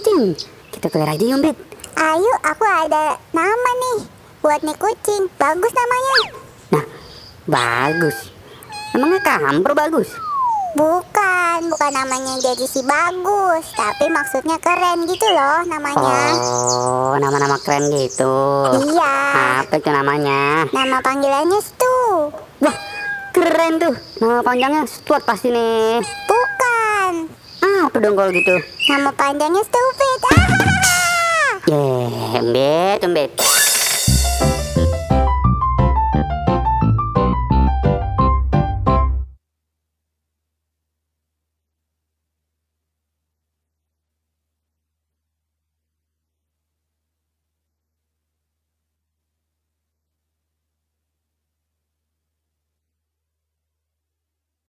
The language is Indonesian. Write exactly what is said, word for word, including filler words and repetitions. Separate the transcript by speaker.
Speaker 1: kucing. Kita keluar aja yuk, Bet.
Speaker 2: Ayo, aku ada nama nih buat nih kucing. Bagus namanya.
Speaker 1: Nah, bagus. Emangnya Kampro bagus?
Speaker 2: Bukan, bukan namanya jadi si bagus, tapi maksudnya keren gitu loh namanya.
Speaker 1: Oh, nama-nama keren gitu.
Speaker 2: Iya.
Speaker 1: Apa itu namanya?
Speaker 2: Nama panggilannya Stu.
Speaker 1: Wah, keren tuh. Nama panjangnya Stuart pasti nih.
Speaker 2: Bukan.
Speaker 1: Ah, apa dong kalau gitu?
Speaker 2: Nama panjangnya Stupid.
Speaker 1: Yeay, embet, embet.